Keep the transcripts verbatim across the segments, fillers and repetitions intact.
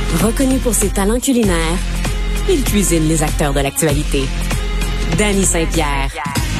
Reconnu pour ses talents culinaires, il cuisine les acteurs de l'actualité. Danny Saint-Pierre.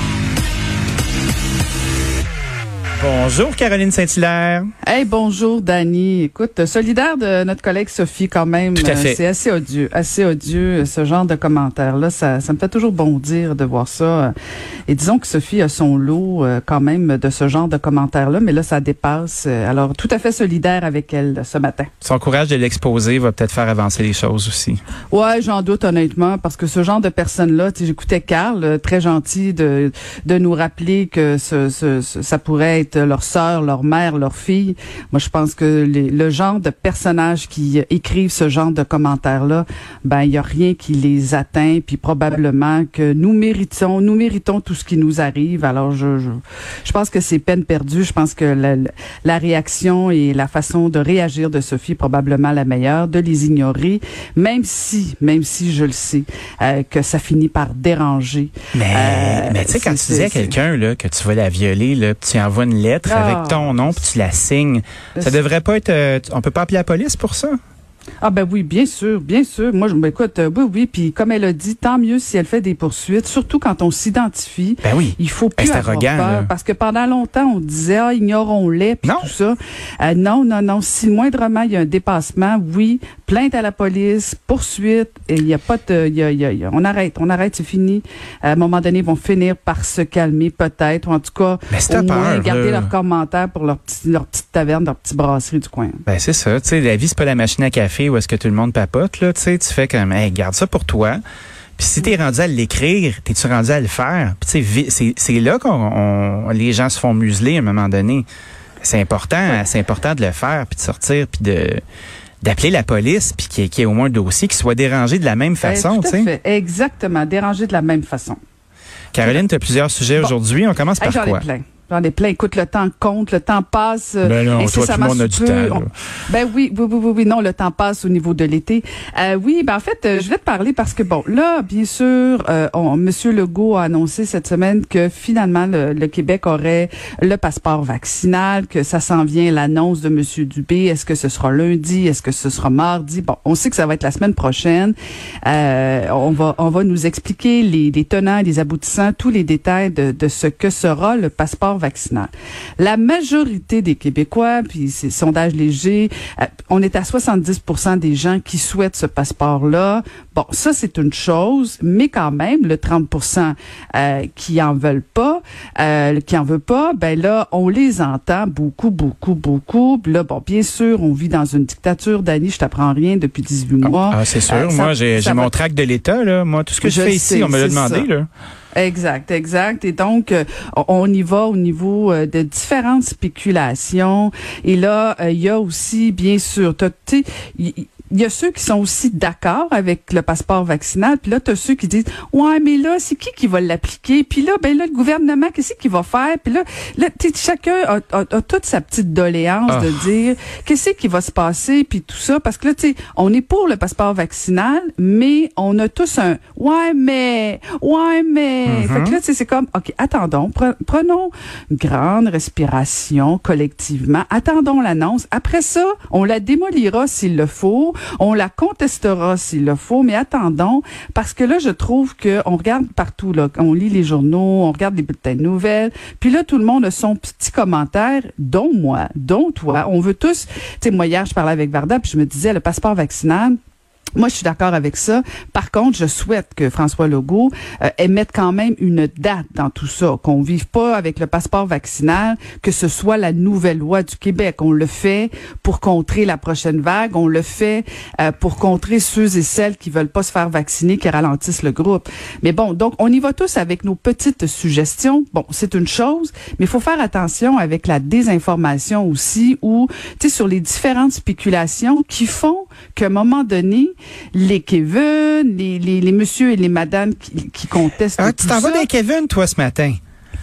Bonjour Caroline Saint-Hilaire. Hey, bonjour Danny. Écoute, solidaire de notre collègue Sophie quand même. Tout à fait. C'est assez odieux, assez odieux ce genre de commentaires-là. Ça, ça me fait toujours bondir de voir ça. Et disons que Sophie a son lot quand même de ce genre de commentaires-là, mais là ça dépasse. Alors tout à fait solidaire avec elle ce matin. Son courage de l'exposer va peut-être faire avancer les choses aussi. Ouais, j'en doute honnêtement parce que ce genre de personnes-là, tu sais, j'écoutais Carl, très gentil de de nous rappeler que ce, ce, ce ça pourrait être leur sœur, leur mère, leur fille. Moi, je pense que les, le genre de personnages qui écrivent ce genre de commentaires-là, ben, il y a rien qui les atteint, puis probablement que nous méritons, nous méritons tout ce qui nous arrive. Alors, je, je, je pense que c'est peine perdue. Je pense que la, la réaction et la façon de réagir de Sophie est probablement la meilleure, de les ignorer, même si, même si je le sais, euh, que ça finit par déranger. Mais, euh, mais tu sais, quand tu dis à quelqu'un là que tu vas la violer, là, puis tu envoies une lettre Ah. avec ton nom puis tu la signes. Ça devrait pas être... Euh, on peut pas appeler la police pour ça? Ah ben oui, bien sûr, bien sûr. Moi, je m'écoute, euh, oui, oui. Puis comme elle a dit, tant mieux si elle fait des poursuites, surtout quand on s'identifie. Ben oui. Il faut plus Ben, c'est avoir arrogant, peur, là. parce que pendant longtemps, on disait ah ignorons-les puis Non. tout ça. Euh, non, non, non. Si moindrement il y a un dépassement, oui, plainte à la police, poursuite. Et il y a pas de, il y a, il y a, il y a- on arrête, on arrête, c'est fini. À un moment donné, ils vont finir par se calmer, peut-être, ou en tout cas, Mais si t'as au moins peur, garder là. leurs commentaires pour leur petit, leur petite taverne, leur petite brasserie du coin. Ben c'est ça. Tu sais, la vie c'est pas la machine à café où est-ce que tout le monde papote là. Tu sais, tu fais comme, hey, garde ça pour toi. Puis si t'es rendu à l'écrire, t'es-tu rendu à le faire? Puis tu sais, vi- c'est c'est là qu'on on- les gens se font museler à un moment donné. C'est important, c'est important de le faire puis de sortir puis de d'appeler la police puis qu'il y ait, qu'il y ait au moins un dossier qui soit dérangé de la même façon, Eh, tu tout à sais. fait. Exactement, dérangé de la même façon. Caroline, tu as plusieurs sujets Bon. aujourd'hui. On commence Hey, par j'en quoi? ai plein. J'en ai plein. Écoute, le temps compte, le temps passe. euh, Ben non, toi, incessamment tout le monde a sous du peu. temps, là. On- Ben oui, oui, oui, oui, oui, non, le temps passe au niveau de l'été. Euh, oui, ben en fait, euh, je vais te parler parce que bon, là, bien sûr, euh, on, Monsieur Legault a annoncé cette semaine que finalement le, le Québec aurait le passeport vaccinal, que ça s'en vient l'annonce de Monsieur Dubé. Est-ce que ce sera lundi? Est-ce que ce sera mardi? Bon, on sait que ça va être la semaine prochaine. Euh, on va, on va nous expliquer les, les tenants, les aboutissants, tous les détails de, de ce que sera le passeport vaccinal. La majorité des Québécois, puis ces sondages légers, euh, on est à soixante-dix pour cent des gens qui souhaitent ce passeport-là. Bon, ça, c'est une chose, mais quand même, le trente pour cent euh, qui en veulent pas, euh, qui en veut pas, ben là, on les entend beaucoup, beaucoup, beaucoup. Puis là, bon, bien sûr, on vit dans une dictature. Dany, je t'apprends rien depuis dix-huit mois. Ah, c'est sûr. Euh, ça- Moi, j'ai ça j'ai va- mon tract de l'État, là. Moi, tout ce que je, Je fais le ici, sais, on me l'a c'est demandé, ça. là. Exact, exact. Et donc, euh, on y va au niveau euh, de différentes spéculations. Et là, euh, il y a aussi, bien sûr, t'as- tu sais, il il y a ceux qui sont aussi d'accord avec le passeport vaccinal, puis là, tu as ceux qui disent « Ouais, mais là, c'est qui qui va l'appliquer? Puis là, ben là, le gouvernement, qu'est-ce qu'il va faire? » Puis là, là tu sais, chacun a, a, a toute sa petite doléance Ah. de dire « Qu'est-ce qui va se passer? » Puis tout ça, parce que là, tu sais, on est pour le passeport vaccinal, mais on a tous un « Ouais, mais... Ouais, mais... Mhm. Fait que là, tu sais, c'est comme « OK, attendons, pre- prenons une grande respiration collectivement, attendons l'annonce. Après ça, on la démolira s'il le faut. On la contestera s'il le faut, mais attendons, parce que là, je trouve que on regarde partout, là, on lit les journaux, on regarde les bulletins de nouvelles, puis là, tout le monde a son petit commentaire, dont moi, dont toi. On veut tous, tu sais, moi, hier, je parlais avec Varda, puis je me disais, le passeport vaccinal, moi, je suis d'accord avec ça. Par contre, je souhaite que François Legault euh, émette quand même une date dans tout ça, qu'on vive pas avec le passeport vaccinal, que ce soit la nouvelle loi du Québec. On le fait pour contrer la prochaine vague, on le fait euh, pour contrer ceux et celles qui veulent pas se faire vacciner, qui ralentissent le groupe. Mais bon, donc on y va tous avec nos petites suggestions. Bon, c'est une chose, mais il faut faire attention avec la désinformation aussi, ou tu sais, sur les différentes spéculations qui font qu'à un moment donné, les Kevin, les, les, les messieurs et les madames qui, qui contestent Ah, tout tu t'en vas ça. avec Kevin, toi, ce matin?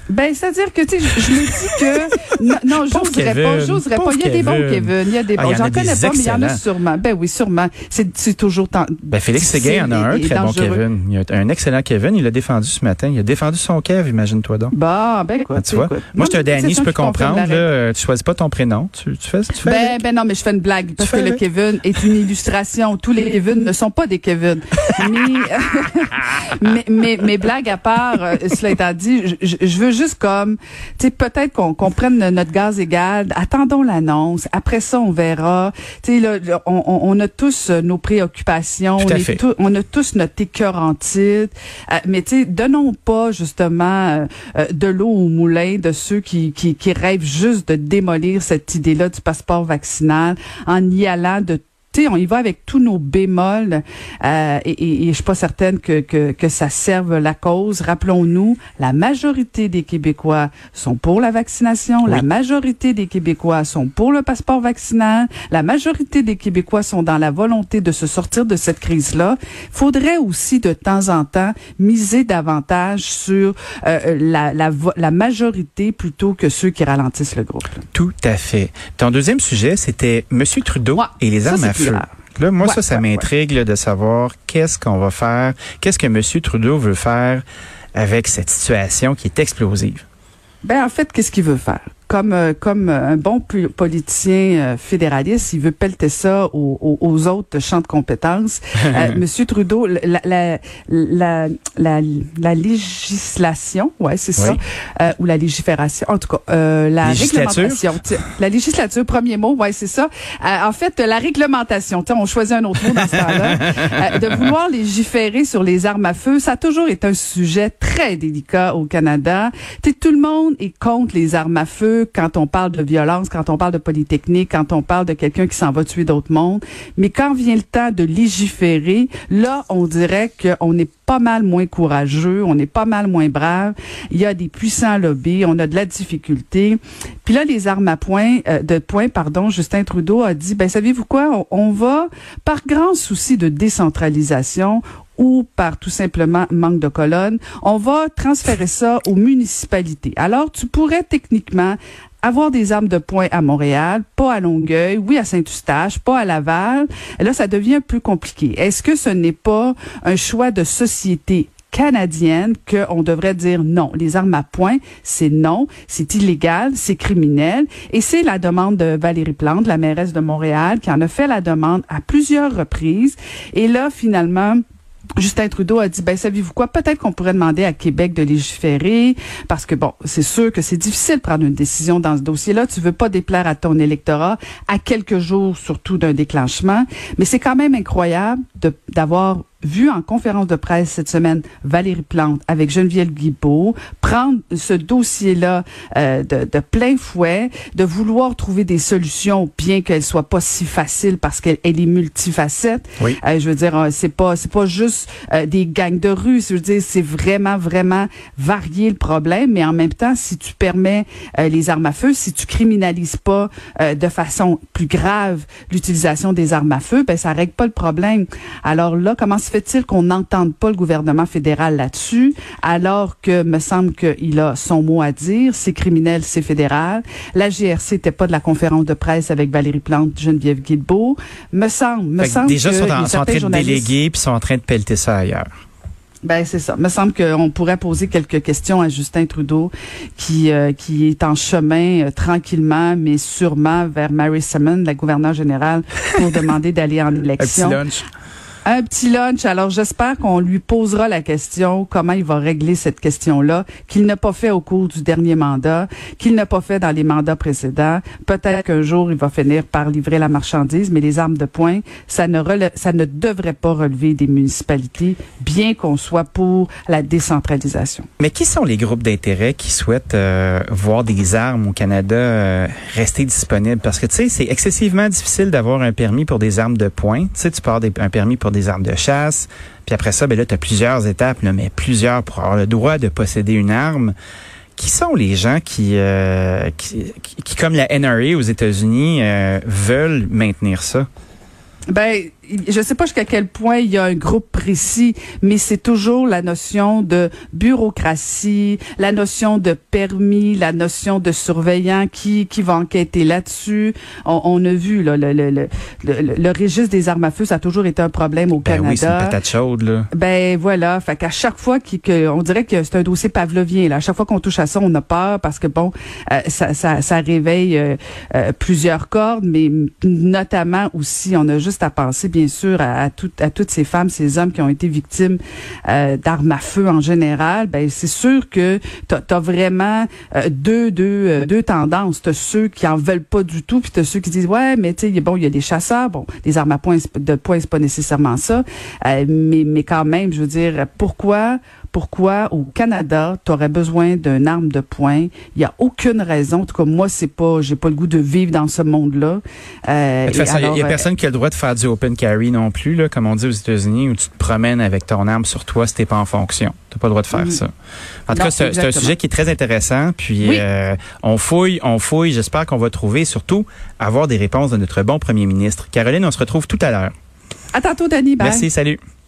Ben, c'est-à-dire que, tu sais, je, je me dis que, non, non j'oserais pas, j'oserais pas. Il y a des bons Kevin, il y a des bons. Ah, J'en connais pas, mais il y en a sûrement. Ben oui, sûrement. C'est, c'est toujours tant. Ben, Félix Séguin en a un très bon Kevin. Il y a un excellent Kevin. Il l'a défendu ce matin. Il a défendu son Kev, imagine-toi donc. Bah, ben, quoi. Ah, tu vois. Moi, moi je te Danny, je peux comprendre, là. Tu choisis pas ton prénom. Tu, tu fais, tu fais. Ben, ben, non, mais je fais une blague. Parce que le Kevin est une illustration. Tous les Kevin ne sont pas des Kevin. mais, mais, mais blague à part, euh, cela étant dit, je, je veux juste comme, tu sais, peut-être qu'on, qu'on prenne notre gaz égal, attendons l'annonce, après ça, on verra. Tu sais, là, on, on a tous nos préoccupations, on, est tout, on a tous notre écœur en titre, euh, mais tu sais, donnons pas, justement, euh, de l'eau au moulin de ceux qui, qui, qui rêvent juste de démolir cette idée-là du passeport vaccinal en y allant de T'sais, on y va avec tous nos bémols euh, et, et, et je suis pas certaine que, que, que ça serve la cause. Rappelons-nous, la majorité des Québécois sont pour la vaccination, oui. La majorité des Québécois sont pour le passeport vaccinal, la majorité des Québécois sont dans la volonté de se sortir de cette crise-là. Faudrait aussi de temps en temps miser davantage sur euh, la, la, la majorité plutôt que ceux qui ralentissent le groupe. Là. Tout à fait. Ton deuxième sujet, c'était M. Trudeau ouais, et les armes à feu. Là, moi, ouais, ça, ça ouais, m'intrigue ouais. là, de savoir qu'est-ce qu'on va faire, qu'est-ce que M. Trudeau veut faire avec cette situation qui est explosive. Ben, en fait, qu'est-ce qu'il veut faire? Comme euh, comme un bon politicien euh, fédéraliste, il veut pelleter ça aux, aux, aux autres champs de compétences. Euh, Monsieur Trudeau, la la la la, la législation, ouais, c'est oui. ça, euh, ou la légifération, en tout cas, euh, la réglementation, la législature, premier mot, ouais, c'est ça. Euh, en fait, la réglementation, tu sais, on choisit un autre mot dans ce temps-là, euh, de vouloir légiférer sur les armes à feu, ça a toujours été un sujet très délicat au Canada. Tu sais, tout le monde est contre les armes à feu. Quand on parle de violence, quand on parle de polytechnique, quand on parle de quelqu'un qui s'en va tuer d'autres mondes. Mais quand vient le temps de légiférer, là, on dirait qu'on est pas mal moins courageux, on est pas mal moins brave. Il y a des puissants lobbies, on a de la difficulté. Puis là, les armes à poing, euh, de poing, pardon, Justin Trudeau a dit, ben savez-vous quoi, on, on va, par grand souci de décentralisation, ou par tout simplement manque de colonnes, on va transférer ça aux municipalités. Alors, tu pourrais techniquement avoir des armes de poing à Montréal, pas à Longueuil, oui à Saint-Eustache, pas à Laval. Et là, ça devient plus compliqué. Est-ce que ce n'est pas un choix de société canadienne qu'on devrait dire non. Les armes à poing, c'est non, c'est illégal, c'est criminel. Et c'est la demande de Valérie Plante, la mairesse de Montréal, qui en a fait la demande à plusieurs reprises. Et là, finalement, Justin Trudeau a dit, ben savez-vous quoi, peut-être qu'on pourrait demander à Québec de légiférer, parce que bon, c'est sûr que c'est difficile de prendre une décision dans ce dossier-là. Tu veux pas déplaire à ton électorat à quelques jours, surtout d'un déclenchement, mais c'est quand même incroyable de, d'avoir vu en conférence de presse cette semaine Valérie Plante avec Geneviève Guilbeault prendre ce dossier-là euh, de, de plein fouet, de vouloir trouver des solutions, bien qu'elles soient pas si faciles parce qu'elle elle est multifacette. Oui. Euh, je veux dire, c'est pas c'est pas juste euh, des gangs de rue. Je veux dire, c'est vraiment vraiment varié le problème, mais en même temps, si tu permets euh, les armes à feu, si tu criminalises pas euh, de façon plus grave l'utilisation des armes à feu, ben ça règle pas le problème. Alors là, comment se fait-il qu'on n'entende pas le gouvernement fédéral là-dessus, alors que me semble qu'il a son mot à dire, c'est criminel, c'est fédéral. La G R C n'était pas de la conférence de presse avec Valérie Plante, Geneviève Guilbeault. Me semble, me fait semble déjà que sont, en, sont en train de déléguer puis sont en train de pelleter ça ailleurs. Ben c'est ça. Me semble qu'on pourrait poser quelques questions à Justin Trudeau, qui euh, qui est en chemin euh, tranquillement, mais sûrement vers Mary Simon, la gouverneure générale, pour demander d'aller en élection. Un petit lunch. Un petit lunch. Alors, j'espère qu'on lui posera la question, comment il va régler cette question-là, qu'il n'a pas fait au cours du dernier mandat, qu'il n'a pas fait dans les mandats précédents. Peut-être qu'un jour, il va finir par livrer la marchandise, mais les armes de poing, ça ne relève, ça ne devrait pas relever des municipalités, bien qu'on soit pour la décentralisation. Mais qui sont les groupes d'intérêt qui souhaitent euh, voir des armes au Canada euh, rester disponibles? Parce que, tu sais, c'est excessivement difficile d'avoir un permis pour des armes de poing. Tu sais, tu peux avoir des, un permis pour des armes de chasse. Puis après ça, ben là, tu as plusieurs étapes, là, mais plusieurs pour avoir le droit de posséder une arme. Qui sont les gens qui, euh, qui, qui, qui, comme la N R A aux États-Unis, euh, veulent maintenir ça? Ben, je sais pas jusqu'à quel point il y a un groupe précis, mais c'est toujours la notion de bureaucratie, la notion de permis, la notion de surveillant qui qui va enquêter là-dessus. On, on a vu là, le, le, le, le, le registre des armes à feu, ça a toujours été un problème au ben Canada. Oui, c'est une patate chaude, là. Ben voilà, fait qu'à chaque fois qu'il, que, on dirait que c'est un dossier pavlovien. Là. À chaque fois qu'on touche à ça, on a peur parce que bon, euh, ça, ça, ça réveille euh, euh, plusieurs cordes, mais notamment aussi, on a juste à penser bien sûr à, à, tout, à toutes ces femmes, ces hommes qui ont été victimes euh, d'armes à feu en général. Ben c'est sûr que t'as, t'as vraiment euh, deux deux euh, deux tendances. T'as ceux qui en veulent pas du tout, puis t'as ceux qui disent ouais, mais tu sais bon, il y a des chasseurs, bon, des armes à poing de poing c'est pas nécessairement ça, euh, mais mais quand même, je veux dire, pourquoi Pourquoi au Canada, tu aurais besoin d'une arme de poing? Il y a aucune raison. En tout cas, moi, c'est pas, j'ai pas le goût de vivre dans ce monde-là. Euh, de toute façon, il y a euh, personne qui a le droit de faire du open carry non plus, là, comme on dit aux États-Unis, où tu te promènes avec ton arme sur toi si t'es pas en fonction. T'as pas le droit de faire mmh. ça. En tout non, cas, c'est, c'est un sujet qui est très intéressant. Puis oui. euh, on fouille, on fouille. J'espère qu'on va trouver, surtout, avoir des réponses de notre bon premier ministre. Caroline, on se retrouve tout à l'heure. À tantôt, Dani. Bye. Merci, salut.